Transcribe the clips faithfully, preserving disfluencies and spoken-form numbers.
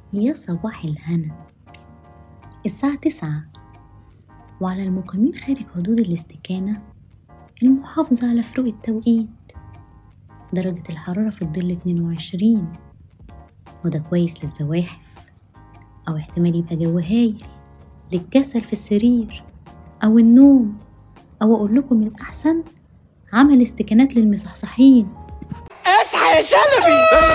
يا صباح الهنا. الساعة تسعة، وعلى المقيمين خارج حدود الاستكانة المحافظة على فروق التوقيت. درجة الحرارة في الظل اتنين وعشرين، وده كويس للزواحف، أو احتمال يبقى جو هايل للكسل في السرير أو النوم، أو أقول لكم الأحسن عمل استكانات للمصحصحين. اصحى يا شلبي.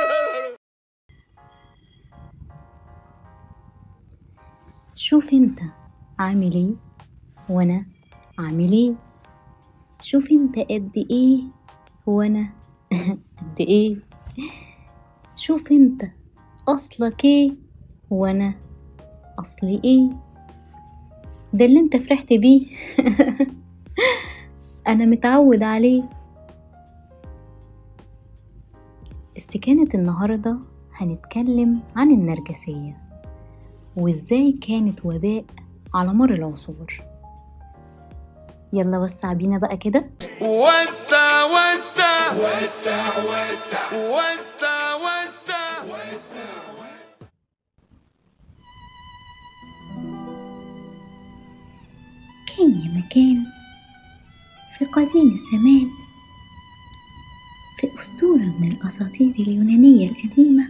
شوف انت عامل ايه وانا عامل ايه. شوف انت قد ايه وانا قد ايه. شوف انت اصلك ايه وانا اصلي ايه. ده اللي انت فرحت بيه. انا متعود عليه. استكانة النهاردة هنتكلم عن النرجسية وازاي كانت وباء على مر العصور. يلا وسع بينا بقى كده. وسع وسع وسع وسع وسع وسع وسع. كان يا مكان في قديم الزمان، في أسطورة من الأساطير اليونانية القديمة،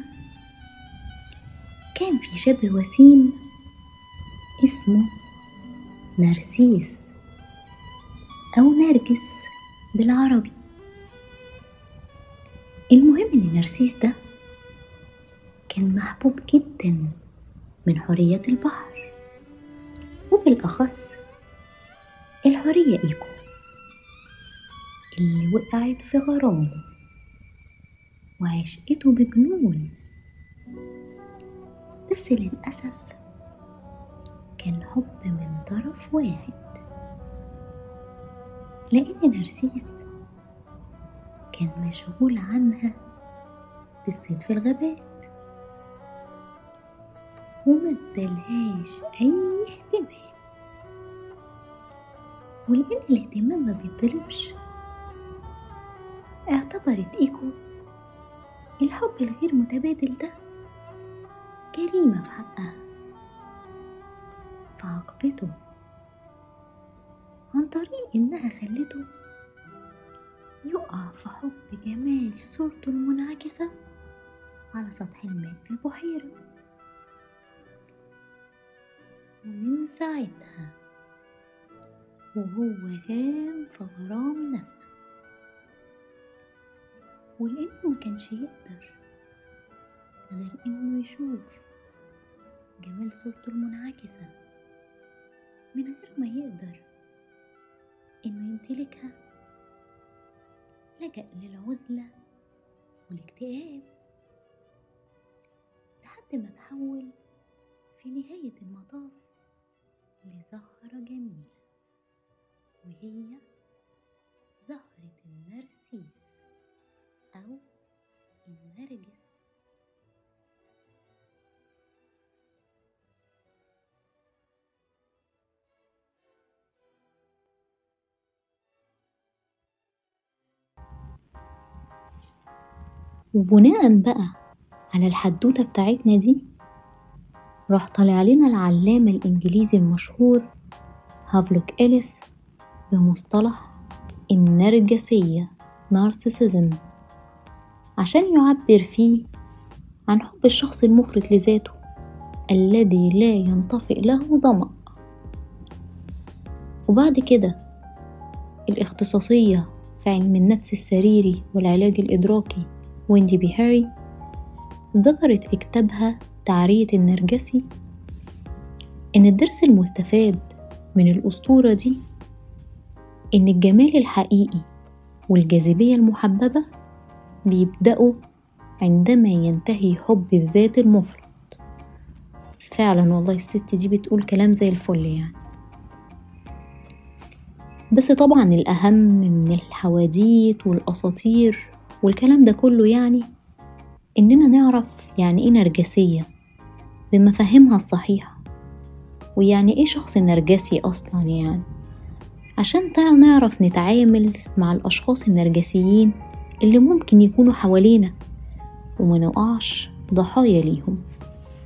كان في شاب وسيم اسمه نرسيس أو نرجس بالعربي. المهم إن نرسيس ده كان محبوب جدا من حوريات البحر، وبالأخص الحورية إيكو اللي وقعت في غرامه وعشقته بجنون. بس للأسف كان حب من طرف واحد، لأن نرسيس كان مشغول عنها بالصيد في الغابات ومدلهاش أي اهتمام. ولأن الاهتمام ما بيطلبش، اعتبرت إيكو الحب الغير متبادل ده جريمة في حقها، فعاقبته عن طريق إنها خلته يقع في حب جمال صورته المنعكسة على سطح الماء في البحيرة. ومن ساعتها وهو هام في غرام نفسه، ولأنه ما كانش يقدر غير إنه يشوف جمال صورته المنعكسة من غير ما يقدر إنه يمتلكها، لجأ للعزلة والاكتئاب لحد ما تحول في نهاية المطاف لزهرة جميلة، وهي زهرة النرسيس أو النرجس. وبناء بقى على الحدوتة بتاعتنا دي، راح طالع علينا العلامة الإنجليزي المشهور هافلوك إليس بمصطلح النرجسية نارسيسيزم، عشان يعبر فيه عن حب الشخص المفرط لذاته الذي لا ينطفئ له ظمأ. وبعد كده الاختصاصية في علم النفس السريري والعلاج الإدراكي ويندي بي هاري ذكرت في كتابها تعرية النرجسي إن الدرس المستفاد من الأسطورة دي إن الجمال الحقيقي والجاذبية المحببة بيبدأوا عندما ينتهي حب الذات المفرط. فعلا والله الست دي بتقول كلام زي الفل يعني. بس طبعا الأهم من الحواديت والأساطير والكلام ده كله يعني إننا نعرف يعني إيه نرجسية بمفاهيمها الصحيحة، ويعني إيه شخص نرجسي أصلا، يعني عشان نعرف نتعامل مع الأشخاص النرجسيين اللي ممكن يكونوا حوالينا وما نقعش ضحايا ليهم.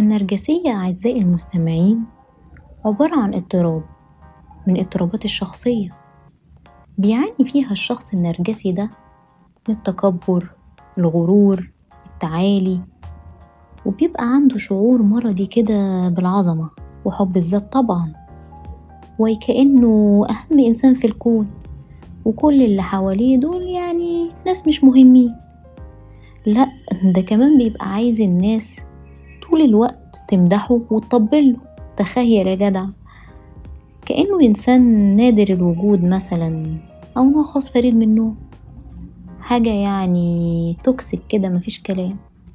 فالنرجسية أعزائي المستمعين عبارة عن اضطراب من اضطرابات الشخصية بيعاني فيها الشخص النرجسي ده من التكبر، الغرور، التعالي، وبيبقى عنده شعور مرضي كده بالعظمة وحب الذات طبعا، وكأنه أهم إنسان في الكون، وكل اللي حواليه دول يعني ناس مش مهمين. لا، ده كمان بيبقى عايز الناس طول الوقت تمدحه وتطبله. تخيل يا جدع، كأنه إنسان نادر الوجود مثلا، أو نوع خاص فريد من نوعه، حاجة يعني توكسيك كده مفيش كلام.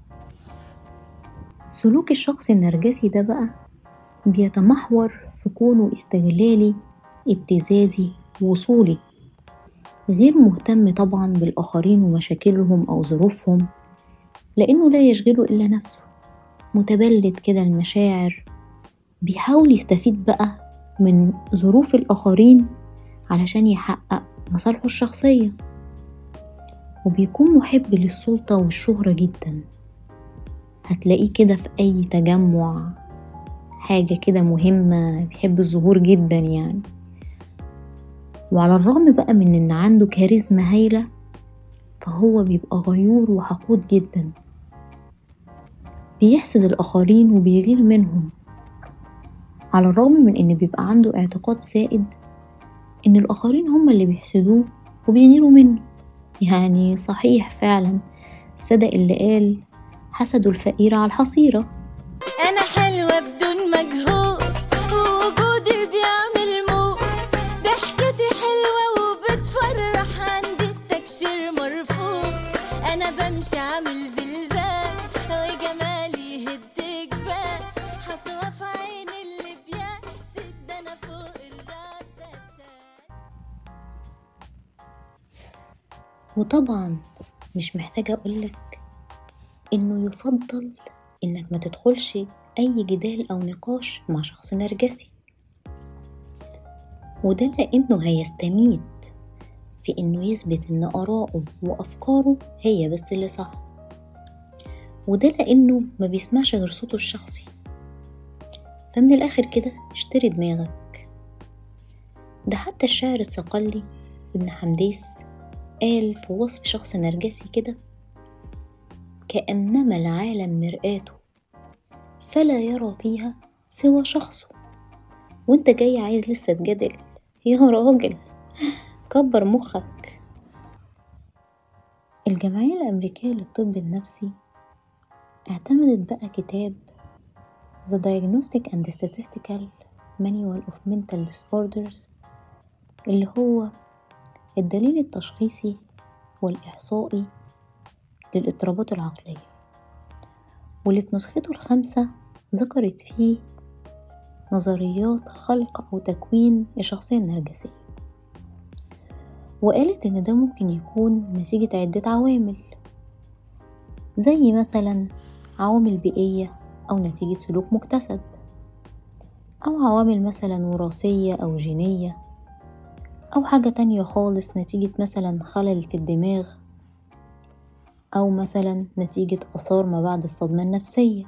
سلوك الشخص النرجسي ده بقى بيتمحور في كونه استغلالي، ابتزازي، وصولي، غير مهتم طبعا بالآخرين ومشاكلهم أو ظروفهم، لأنه لا يشغله إلا نفسه، متبلد كده المشاعر، بيحاول يستفيد بقى من ظروف الآخرين علشان يحقق مصالحه الشخصية، وبيكون محب للسلطة والشهرة جدا. هتلاقيه كده في أي تجمع، حاجة كده مهمة، بيحب الظهور جدا يعني. وعلى الرغم بقى من إن عنده كاريزما هايلة، فهو بيبقى غيور وحقود جدا، بيحسد الآخرين وبيغير منهم، على الرغم من إن بيبقى عنده اعتقاد سائد إن الآخرين هم اللي بيحسدوه وبيغيروا منه. يعني صحيح فعلا صدق اللي قال حسدوا الفقير على الحصيرة. أنا حلوة بدون مجهود، ووجودي بيعمل موت، ضحكتي حلوة وبتفرح، عندي التكشير مرفوض، أنا بمشي عامل زلزال، وجمالي يهد جبال، حصوة في عين اللي بيحسد، ده أنا فوق الراس أتشال. وطبعا مش محتاجة أقولك إنه يفضل إنك ما تدخلش أي جدال أو نقاش مع شخص نرجسي، وده لأنه هيستميت في إنه يثبت إن آراءه وأفكاره هي بس اللي صح، وده لأنه ما بيسمعش غير صوته الشخصي. فمن الآخر كده اشتري دماغك. ده حتى الشاعر الصقلي ابن حمديس قال في وصف شخص نرجسي كده: كأنما العالم مرآته فلا يرى فيها سوى شخصه. وانت جاي عايز لسه تجادل؟ يا راجل كبر مخك. الجمعية الأمريكية للطب النفسي اعتمدت بقى كتاب The Diagnostic and Statistical Manual of Mental Disorders، اللي هو الدليل التشخيصي والإحصائي للاضطرابات العقلية، واللي في نسخته الخامسة ذكرت فيه نظريات خلق أو تكوين الشخصية النرجسية، وقالت إن ده ممكن يكون نتيجة عدة عوامل، زي مثلا عوامل بيئية أو نتيجة سلوك مكتسب، أو عوامل مثلا وراثية أو جينية، أو حاجة تانية خالص نتيجة مثلا خلل في الدماغ، أو مثلا نتيجة آثار ما بعد الصدمة النفسية.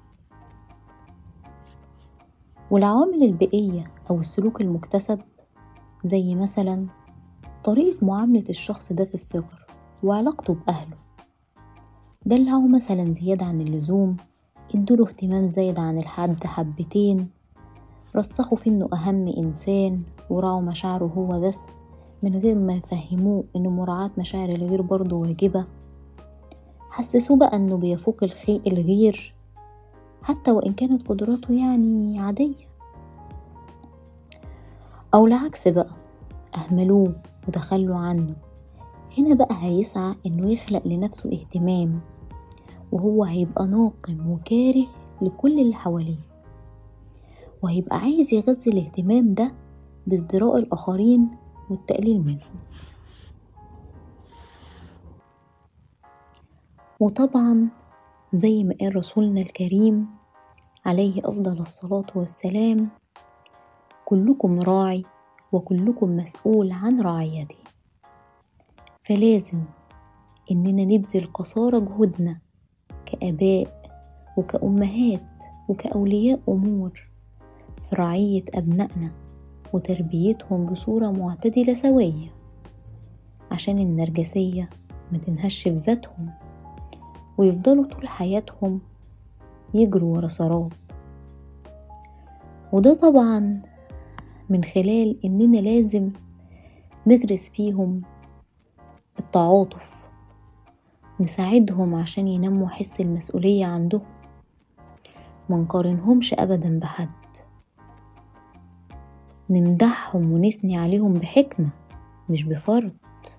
والعوامل البيئية أو السلوك المكتسب زي مثلا طريقة معاملة الشخص ده في الصغر وعلاقته بأهله، دلعه مثلا زيادة عن اللزوم، ادوله اهتمام زايد عن الحد حبتين، رسخوا فيه انه أهم إنسان وراعوا مشاعره هو بس، من غير ما يفهموه ان مراعاة مشاعر الغير برضه واجبة، حسسوه بقى انه بيفوق الخي... الغير حتى وإن كانت قدراته يعني عادية. أو العكس بقى، أهملوه وتخلوا عنه. هنا بقى هيسعى إنه يخلق لنفسه اهتمام، وهو هيبقى ناقم وكاره لكل اللي حواليه، وهيبقى عايز يغذي الاهتمام ده بازدراء الآخرين والتقليل منهم. وطبعا زي ما قال رسولنا الكريم عليه أفضل الصلاة والسلام: كلكم راعي وكلكم مسؤول عن رعيته. فلازم إننا نبذل قصارى جهودنا كآباء وكأمهات وكأولياء أمور في رعية أبنائنا وتربيتهم بصورة معتدلة سوية، عشان النرجسية ما تنهش في ذاتهم ويفضلوا طول حياتهم يجروا ورا سراب. وده طبعا من خلال إننا لازم نغرس فيهم التعاطف، نساعدهم عشان ينموا حس المسؤولية عندهم، ما نقارنهمش أبدا بحد، نمدحهم ونثني عليهم بحكمة مش بفرض،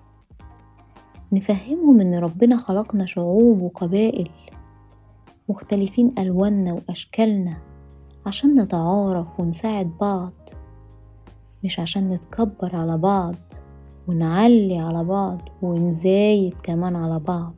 نفهمهم إن ربنا خلقنا شعوب وقبائل مختلفين ألواننا وأشكالنا عشان نتعارف ونساعد بعض، مش عشان نتكبر على بعض ونعلي على بعض ونزايد كمان على بعض.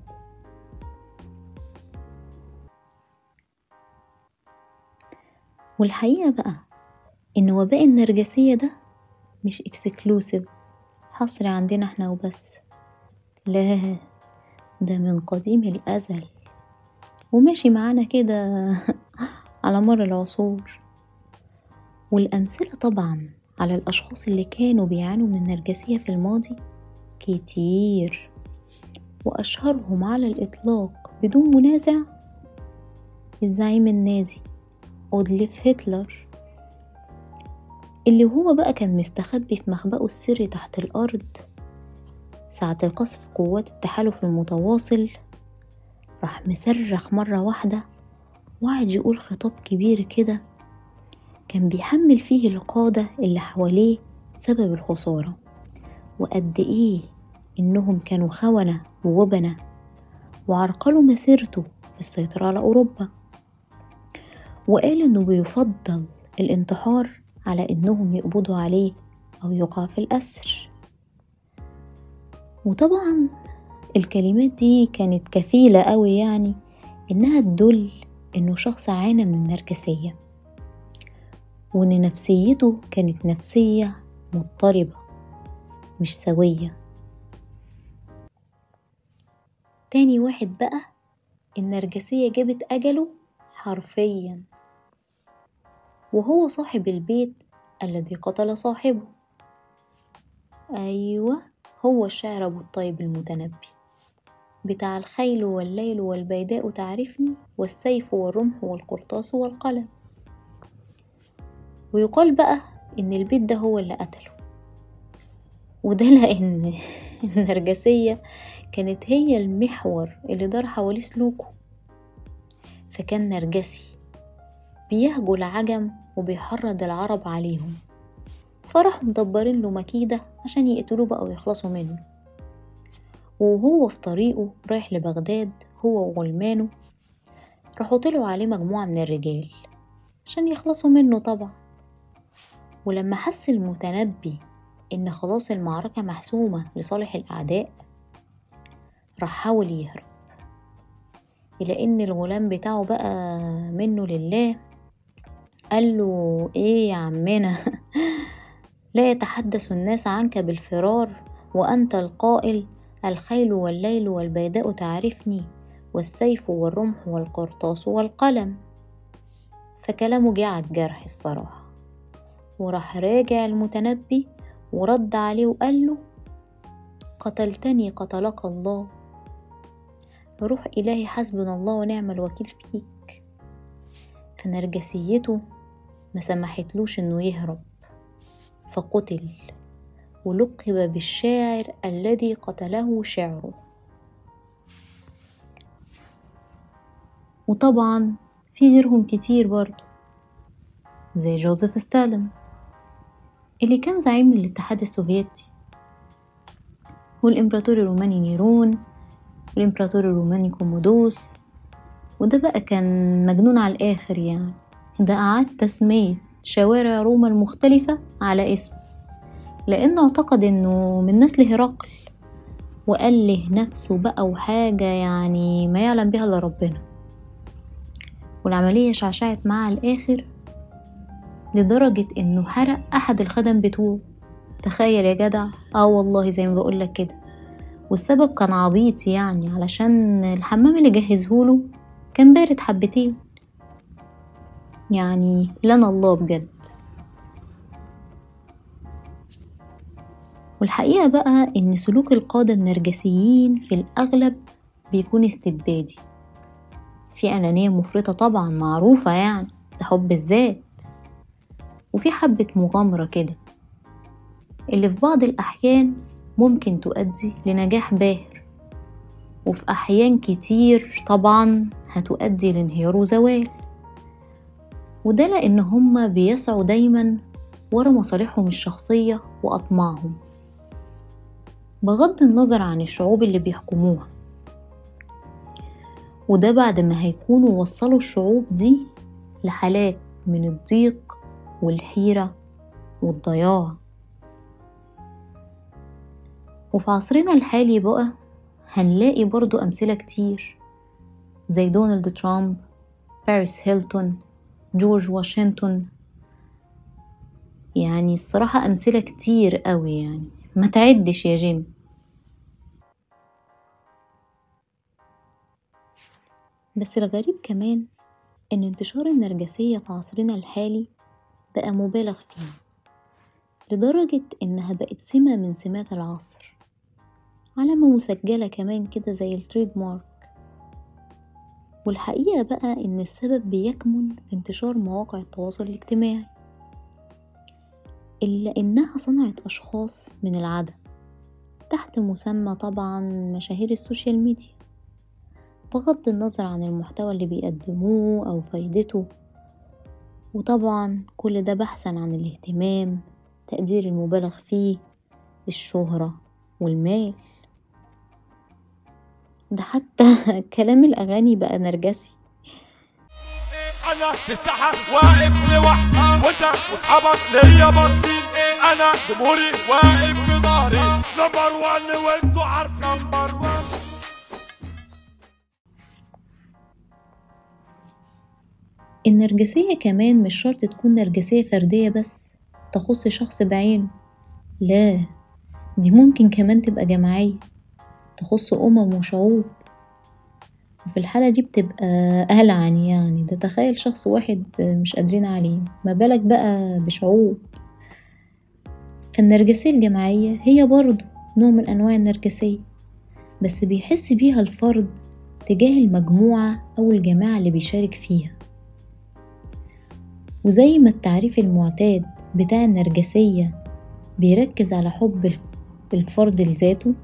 والحقيقة بقى إن وباء النرجسية ده مش اكسكلوسيف حصري عندنا احنا وبس، لا، ده من قديم الأزل وماشي معانا كده على مر العصور. والأمثلة طبعا على الأشخاص اللي كانوا بيعانوا من النرجسية في الماضي كتير، وأشهرهم على الإطلاق بدون منازع الزعيم النازي أدولف هتلر، اللي هو بقى كان مستخبي في مخبأه السري تحت الأرض ساعة القصف قوات التحالف المتواصل. راح مصرخ مرة واحدة وقعد يقول خطاب كبير كده كان بيحمل فيه القادة اللي حواليه سبب الخسارة، وقد ايه انهم كانوا خونة ووبنة وعرقلوا مسيرته في السيطرة على أوروبا، وقال انه بيفضل الانتحار على انهم يقبضوا عليه او يقع في الأسر. وطبعا الكلمات دي كانت كفيلة قوي يعني انها تدل انه شخص عانى من النرجسية، وان نفسيته كانت نفسية مضطربة مش سوية. تاني واحد بقى النرجسية جابت أجله حرفيا، وهو صاحب البيت الذي قتل صاحبه. أيوة، هو الشاعر أبو الطيب المتنبي بتاع الخيل والليل والبيداء تعرفني والسيف والرمح والقرطاس والقلم. ويقال بقى إن البيت ده هو اللي قتله، وده لأن النرجسية كانت هي المحور اللي دار حواليه سلوكه، فكان نرجسي بيهجو العجم وبيحرض العرب عليهم، فراحوا مدبرين له مكيدة عشان يقتلوه بقى ويخلصوا منه. وهو في طريقه رايح لبغداد هو وغلمانه راحوا طلعوا عليه مجموعة من الرجال عشان يخلصوا منه طبعا. ولما حس المتنبي إن خلاص المعركة محسومة لصالح الأعداء راح حاول يهرب، إلى إن الغلام بتاعه بقى منه لله قال له إيه يا عمنا لا يتحدث الناس عنك بالفرار وأنت القائل الخيل والليل والبيداء تعرفني والسيف والرمح والقرطاس والقلم. فكلامه جه على الجرح الصراحة، وراح راجع المتنبي ورد عليه وقال له قتلتني قتلك الله، روح إلهي حسبنا الله ونعم الوكيل فيك. فنرجسيته ما سمحتلوش انه يهرب فقتل، ولقب بالشاعر الذي قتله شعره. وطبعا في غيرهم كتير برضو زي جوزيف ستالين اللي كان زعيم الاتحاد السوفيتي، والإمبراطور الروماني نيرون، والإمبراطور الروماني كومودوس. وده بقى كان مجنون على الآخر يعني، ده أعاد تسمية شوارع روما المختلفة على اسمه، لأنه اعتقد أنه من نسل هرقل، وقال له نفسه بقى وحاجة يعني ما يعلم بها إلا ربنا. والعملية شعشعت معاه على الآخر لدرجة أنه حرق أحد الخدم بتوعه. تخيل يا جدع، اه والله زي ما بقولك كده. والسبب كان عبيط يعني، علشان الحمام اللي جهزهوله كان بارد حبتين. يعني لنا الله بجد. والحقيقة بقى إن سلوك القادة النرجسيين في الأغلب بيكون استبدادي، في أنانية مفرطة طبعا معروفة، يعني ده حب الذات، وفي حبة مغامرة كده اللي في بعض الأحيان ممكن تؤدي لنجاح باهر، وفي أحيان كتير طبعا هتؤدي لانهيار وزوال. وده لأن هما بيسعوا دايما ورا مصالحهم الشخصية وأطماعهم بغض النظر عن الشعوب اللي بيحكموها. وده بعد ما هيكونوا وصلوا الشعوب دي لحالات من الضيق والحيرة والضياع. وفي عصرنا الحالي بقى هنلاقي برضو أمثلة كتير زي دونالد ترامب، باريس هيلتون، جورج واشنطن. يعني الصراحة أمثلة كتير قوي، يعني ما تعدش يا جيم. بس الغريب كمان إن انتشار النرجسية في عصرنا الحالي بقى مبالغ فيه لدرجة إنها بقت سمة من سمات العصر، علامة مسجلة كمان كده زي التريد مارك. والحقيقة بقى إن السبب بيكمن في انتشار مواقع التواصل الاجتماعي، إلا إنها صنعت أشخاص من العدم تحت مسمى طبعا مشاهير السوشيال ميديا، بغض النظر عن المحتوى اللي بيقدموه أو فايدته. وطبعا كل ده بحثا عن الاهتمام، تقدير المبالغ فيه، الشهرة والمال. ده حتى كلام الأغاني بقى نرجسي. انا في الساحة واقف لوحدي وانت واصحابك ليا باصين، انا جمهوري واقف في ظهري نمبر وان وانتوا عارفين نمبر وان. النرجسية كمان مش شرط تكون نرجسية فردية بس تخص شخص بعينه، لا، دي ممكن كمان تبقى جماعية تخص أمم وشعوب. وفي الحالة دي بتبقى ألعن، يعني ده تخيل شخص واحد مش قادرين عليه، ما بالك بقى بشعوب. فالنرجسية الجماعية هي برضو نوع من أنواع النرجسية، بس بيحس بيها الفرد تجاه المجموعة أو الجماعة اللي بيشارك فيها. وزي ما التعريف المعتاد بتاع النرجسية بيركز على حب الفرد لذاته،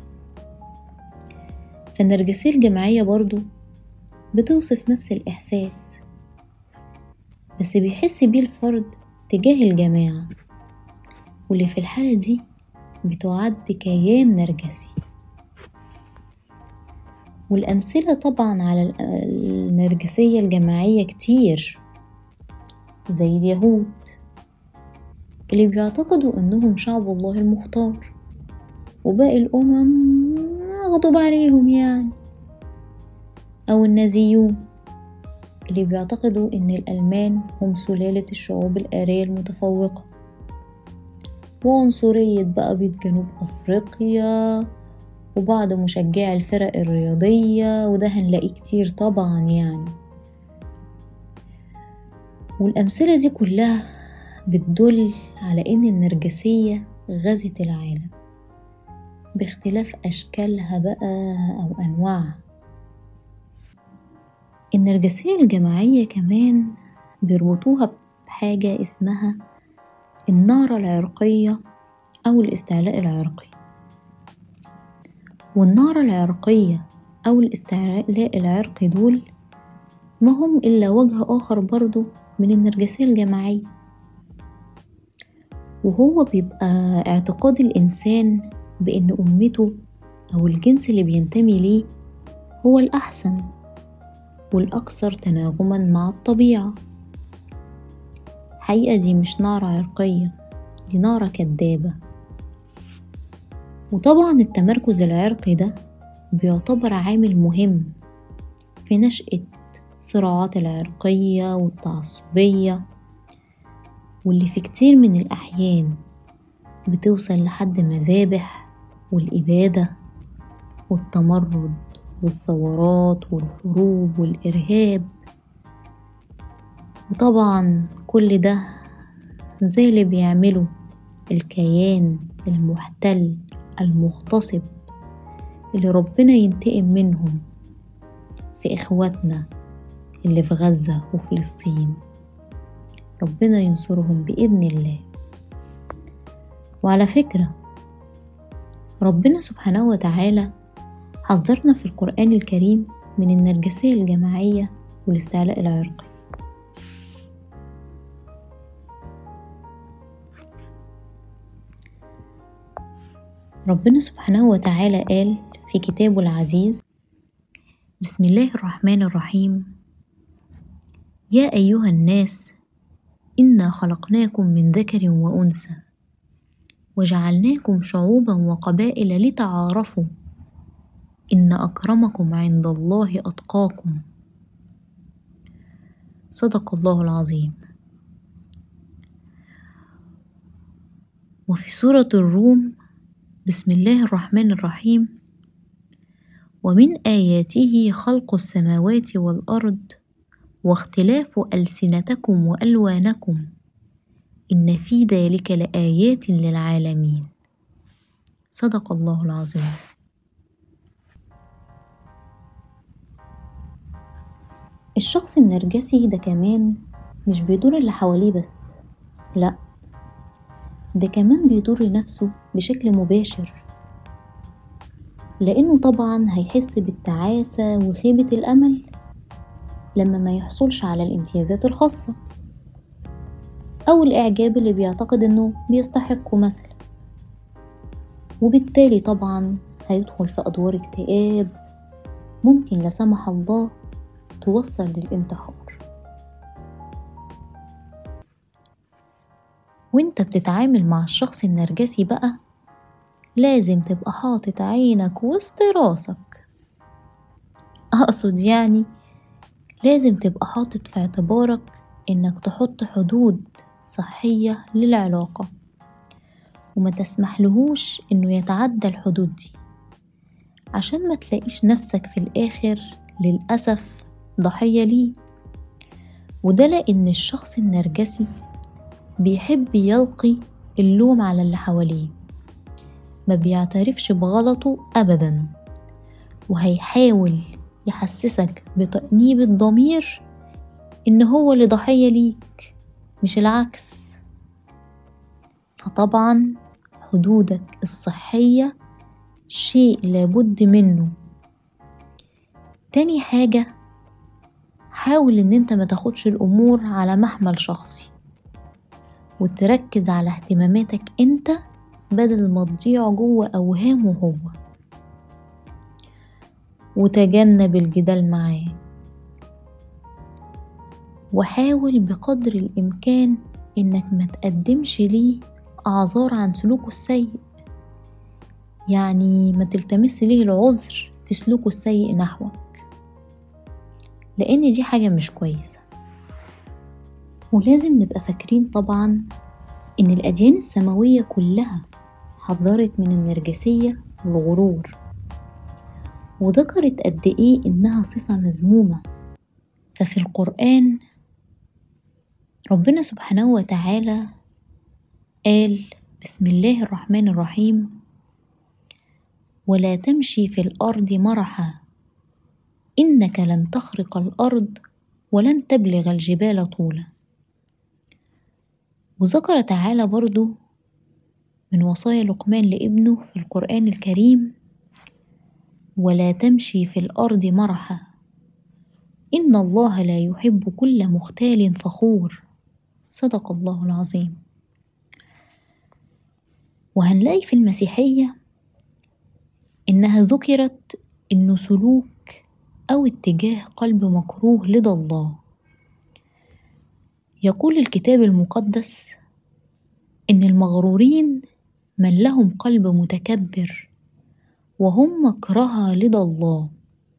فالنرجسية الجماعية برضو بتوصف نفس الإحساس، بس بيحس بيه الفرد تجاه الجماعة، واللي في الحالة دي بتعد كيان نرجسي. والأمثلة طبعا على النرجسية الجماعية كتير، زي اليهود اللي بيعتقدوا أنهم شعب الله المختار وباقي الأمم غضب عليهم يعني، أو النازيون اللي بيعتقدوا أن الألمان هم سلالة الشعوب الآرية المتفوقة، وعنصرية بقى بيت جنوب أفريقيا وبعض مشجعي الفرق الرياضية، وده هنلاقيه كتير طبعا يعني. والأمثلة دي كلها بتدل على أن النرجسية غزت العالم باختلاف أشكالها بقى أو أنواعها. النرجسية الجماعية كمان بيربطوها بحاجة اسمها النعرة العرقية أو الاستعلاء العرقي. والنعرة العرقية أو الاستعلاء العرقي دول ما هم إلا وجه آخر برضو من النرجسية الجماعية، وهو بيبقى اعتقاد الإنسان بأن أمته أو الجنس اللي بينتمي ليه هو الأحسن والأكثر تناغما مع الطبيعة. حقيقة دي مش نعرة عرقية، دي نعرة كدابة. وطبعا التمركز العرقي ده بيعتبر عامل مهم في نشأة صراعات العرقية والتعصبية، واللي في كتير من الأحيان بتوصل لحد مذابح والإبادة والتمرد والثورات والحروب والإرهاب. وطبعا كل ده زي اللي بيعمله الكيان المحتل المغتصب اللي ربنا ينتقم منهم في إخواتنا اللي في غزة وفلسطين. ربنا ينصرهم بإذن الله. وعلى فكرة ربنا سبحانه وتعالى حذرنا في القرآن الكريم من النرجسية الجماعية والاستعلاء العرقي. ربنا سبحانه وتعالى قال في كتابه العزيز: بسم الله الرحمن الرحيم: يا أيها الناس إنا خلقناكم من ذكر وأنثى وجعلناكم شعوبا وقبائل لتعارفوا إن أكرمكم عند الله أتقاكم. صدق الله العظيم. وفي سورة الروم بسم الله الرحمن الرحيم: ومن آياته خلق السماوات والأرض واختلاف ألسنتكم وألوانكم إن في ذلك لآيات للعالمين. صدق الله العظيم. الشخص النرجسي ده كمان مش بيضر اللي حواليه بس، لا، ده كمان بيضر نفسه بشكل مباشر، لأنه طبعا هيحس بالتعاسة وخيبة الأمل لما ما يحصلش على الامتيازات الخاصة أو الإعجاب اللي بيعتقد أنه بيستحقه مثلا، وبالتالي طبعا هيدخل في أدوار اكتئاب ممكن لا سمح الله توصل للانتحار. وانت بتتعامل مع الشخص النرجسي بقى لازم تبقى حاطط عينك وسط راسك. أقصد يعني لازم تبقى حاطط في اعتبارك إنك تحط حدود صحية للعلاقة وما تسمحلهوش إنه يتعدى الحدود دي، عشان ما تلاقيش نفسك في الآخر للأسف ضحية ليه. وده لأن الشخص النرجسي بيحب يلقي اللوم على اللي حواليه، ما بيعترفش بغلطه أبدا، وهيحاول يحسسك بتأنيب الضمير إن هو اللي ضحية ليك مش العكس. فطبعا حدودك الصحية شيء لابد منه. تاني حاجة، حاول إن انت ما تاخدش الأمور على محمل شخصي وتركز على اهتماماتك انت بدل ما تضيع جوه أوهامه هو، وتجنب الجدال معاه، وحاول بقدر الإمكان إنك ما تقدمش ليه أعذار عن سلوكه السيء، يعني ما تلتمس ليه العذر في سلوكه السيء نحوك، لأن دي حاجة مش كويسة. ولازم نبقى فاكرين طبعا إن الأديان السماوية كلها حذرت من النرجسية والغرور، وذكرت قد إيه إنها صفة مذمومة. ففي القرآن ربنا سبحانه وتعالى قال بسم الله الرحمن الرحيم: ولا تمشي في الأرض مرحا إنك لن تخرق الأرض ولن تبلغ الجبال طولا. وذكر تعالى برضو من وصايا لقمان لابنه في القرآن الكريم: ولا تمشي في الأرض مرحا إن الله لا يحب كل مختال فخور. صدق الله العظيم. وهنلاقي في المسيحية إنها ذكرت إنه سلوك أو اتجاه قلب مكروه لدى الله. يقول الكتاب المقدس إن المغرورين من لهم قلب متكبر وهم مكرهة لدى الله.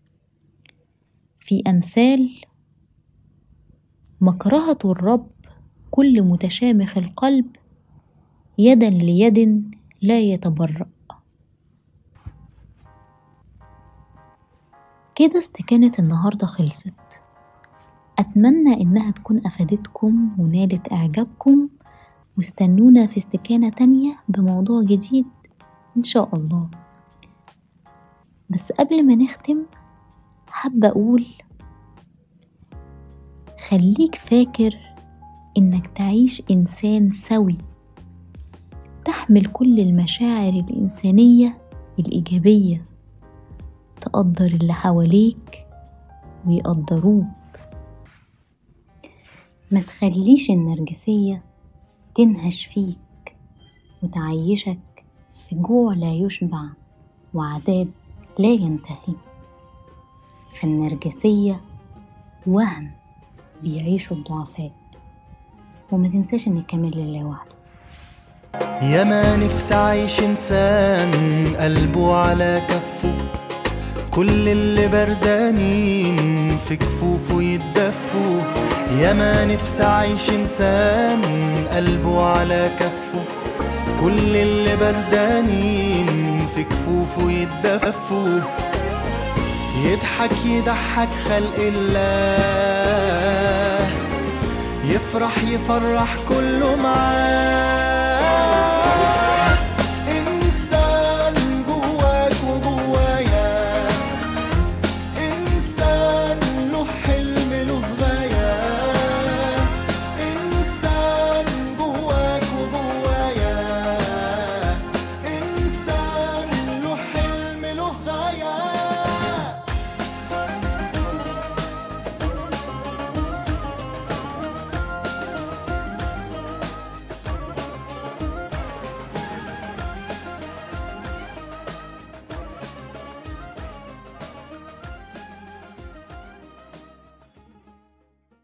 في أمثال: مكرهة الرب كل متشامخ القلب يدا ليد لا يتبرأ. كده استكانة النهاردة خلصت. أتمنى إنها تكون أفادتكم ونالت إعجابكم، واستنونا في استكانة تانية بموضوع جديد إن شاء الله. بس قبل ما نختم حابة أقول خليك فاكر إنك تعيش إنسان سوي، تحمل كل المشاعر الإنسانية الإيجابية، تقدر اللي حواليك ويقدروك. ما تخليش النرجسية تنهش فيك وتعيشك في جوع لا يشبع وعذاب لا ينتهي. فالنرجسية وهم بيعيشوا الضعفاء، وما تنساش ان الكامل لله وحده. يا ما نفسي عايش انسان قلبه على كفه، كل اللي بردانين في كفوفه يتدفوا. يا ما نفسي عايش انسان قلبه على كفه، كل اللي بردانين في كفوفه يتدفوا. يضحك يضحك خلق الله، يفرح يفرح كله معاه.